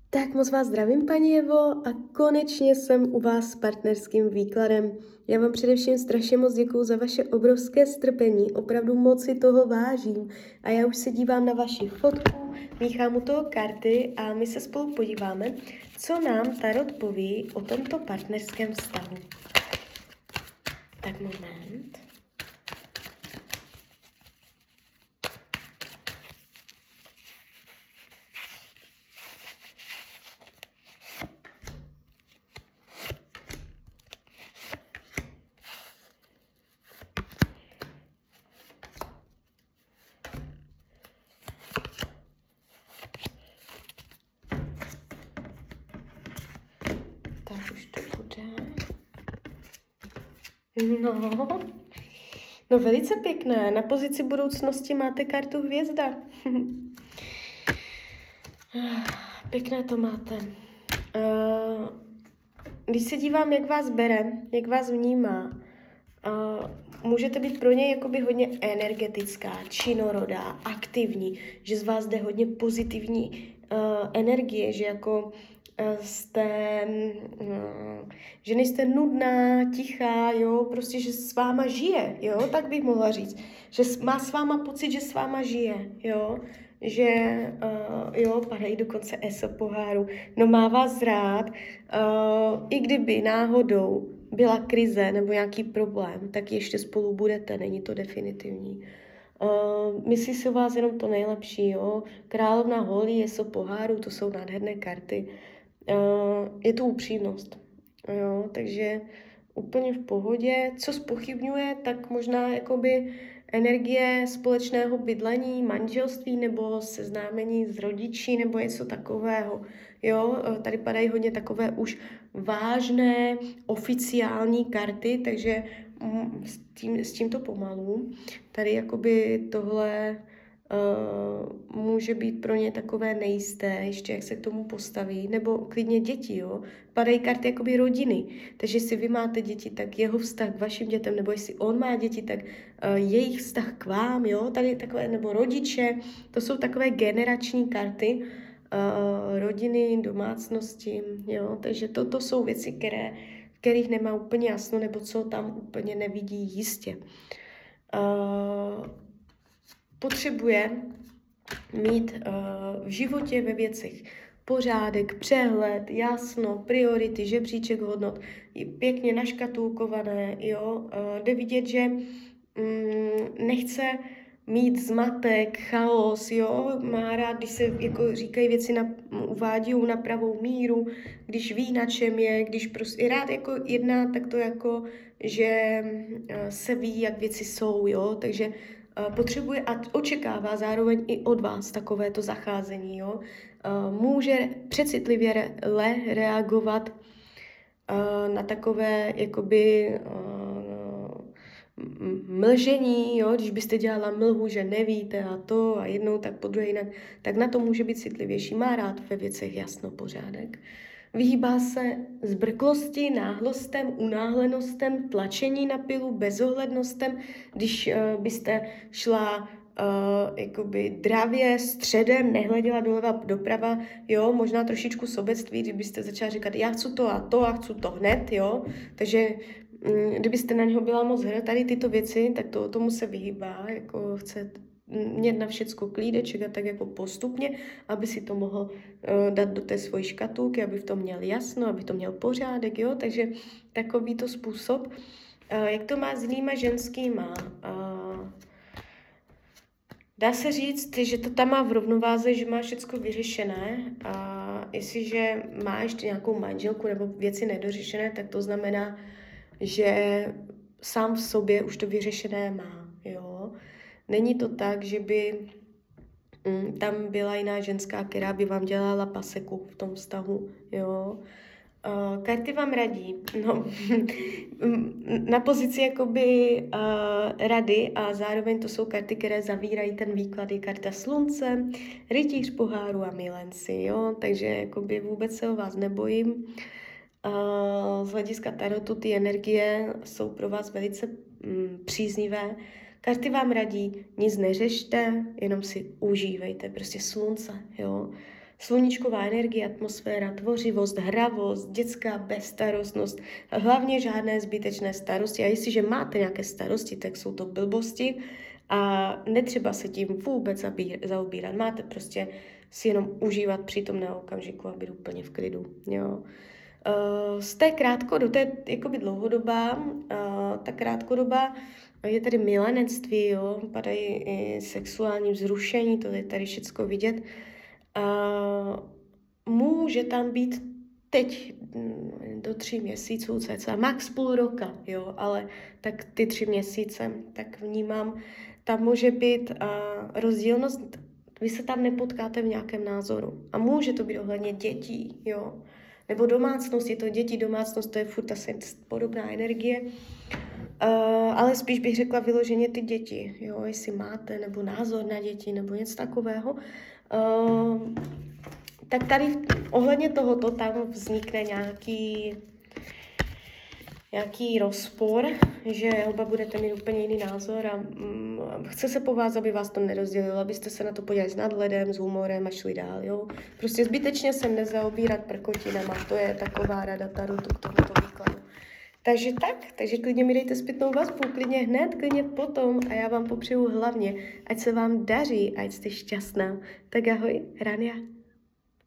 Tak moc vás zdravím, paní Evo, a konečně jsem u vás s partnerským výkladem. Já vám především strašně moc děkuju za vaše obrovské strpení, opravdu moc si toho vážím. A já už se dívám na vaši fotku, míchám u toho karty a my se spolu podíváme, co nám tarot poví o tomto partnerském vztahu. Tak moment. Tak už to bude. No velice pěkné. Na pozici budoucnosti máte kartu hvězda. Pěkné to máte. Když se dívám, jak vás bere, jak vás vnímá, můžete být pro něj jakoby hodně energetická, činorodá, aktivní, že z vás jde hodně pozitivní energie, že jako že nejste nudná, tichá, jo, prostě, že s váma žije, jo, tak bych mohla říct, že má s váma pocit, že s váma žije, jo, že, jo, padají dokonce ESO poháru, no má vás rád, i kdyby náhodou byla krize nebo nějaký problém, tak ještě spolu budete, není to definitivní. Myslí si o vás jenom to nejlepší, jo, královna holí, ESO poháru, to jsou nádherné karty, je to upřímnost, jo, takže úplně v pohodě. Co zpochybňuje, tak možná jakoby energie společného bydlení, manželství nebo seznámení s rodiči nebo něco takového. Jo, tady padají hodně takové už vážné, oficiální karty, takže s tímto pomalu. Tady jakoby tohle může být pro ně takové nejisté, ještě jak se k tomu postaví, nebo klidně děti, jo. Padají karty jakoby rodiny, takže jestli vy máte děti, tak jeho vztah k vašim dětem, nebo jestli on má děti, tak jejich vztah k vám, jo, tady takové, nebo rodiče, to jsou takové generační karty, rodiny, domácnosti, jo, takže toto jsou věci, kterých nemá úplně jasno, nebo co tam úplně nevidí jistě. Potřebuje mít v životě ve věcech pořádek, přehled, jasno, priority, žebříček hodnot, pěkně naškatulkované, jo. Jde vidět, že nechce mít zmatek, chaos, jo, má rád, když se jako říkají věci, uvádí na pravou míru, když ví, na čem je, když prostě rád jako jedná, tak to jako, že se ví, jak věci jsou, jo, takže potřebuje a očekává zároveň i od vás takovéto zacházení, jo. Může přecitlivě reagovat na takové jakoby mlžení, jo, když byste dělala mlhu, že nevíte a to a jednou tak po druhé jinak, tak na to může být citlivější. Má rád ve věcech jasno, pořádek. Vyhýbá se zbrklosti, náhlostem, unáhlenostem, tlačení na pilu, bezohlednostem. Když byste šla jakoby dravě, středem, nehleděla doleva, doprava, jo, možná trošičku sobectví, kdybyste začala říkat, já chci to a chci to hned, jo, takže kdybyste na něho byla moc hra, tady tyto věci, tak tomu se vyhýbá, jako chce mít na všecko klídeček a tak jako postupně, aby si to mohl dát do té svojí škatulky, aby v tom měl jasno, aby to měl pořádek, jo, takže takovýto způsob. Jak to má s jinýma ženskýma? Dá se říct, že to tam má v rovnováze, že má všecko vyřešené a jestliže má ještě nějakou manželku nebo věci nedořešené, tak to znamená, že sám v sobě už to vyřešené má, jo. Není to tak, že by tam byla jiná ženská, která by vám dělala paseku v tom vztahu, jo. Karty vám radí, no, na pozici jakoby rady a zároveň to jsou karty, které zavírají ten výklad, je karta slunce, rytíř poháru a milenci, jo, takže jakoby vůbec se o vás nebojím. Z hlediska tarotu ty energie jsou pro vás velice příznivé. Karty vám radí, nic neřešte, jenom si užívejte, prostě slunce, jo. sluníčková energie, atmosféra, tvořivost, hravost, dětská bezstarostnost, hlavně žádné zbytečné starosti. A jestliže máte nějaké starosti, tak jsou to blbosti a netřeba se tím vůbec zaobírat. Máte prostě si jenom užívat přítomného okamžiku a být úplně v klidu. Jo. Z té krátkodoby, to je jakoby dlouhodobá, ta krátkodoba je tady milenectví, jo, padají i sexuální vzrušení, to je tady všecko vidět. Může tam být teď do 3 měsíců cca, max půl roka, jo, ale tak ty 3 měsíce, tak vnímám, tam může být rozdílnost, vy se tam nepotkáte v nějakém názoru. A může to být ohledně dětí, jo, nebo domácnost, je to děti, domácnost, to je furt asi podobná energie, ale spíš bych řekla vyloženě ty děti, jo, jestli máte, nebo názor na děti, nebo něco takového, tak tady ohledně tohoto tam vznikne nějaký rozpor, že oba budete mít úplně jiný názor a chce se po vás, aby vás to nerozdělilo, abyste se na to podívali s nadhledem, s humorem a šli dál, jo. Prostě zbytečně se nezaobírat prkotinama, to je taková rada tarotu k tomuto výkladu. Takže klidně mi dejte zpětnou vazbu, klidně hned, klidně potom a já vám popřeju hlavně, ať se vám daří, ať jste šťastná. Tak ahoj, Rania.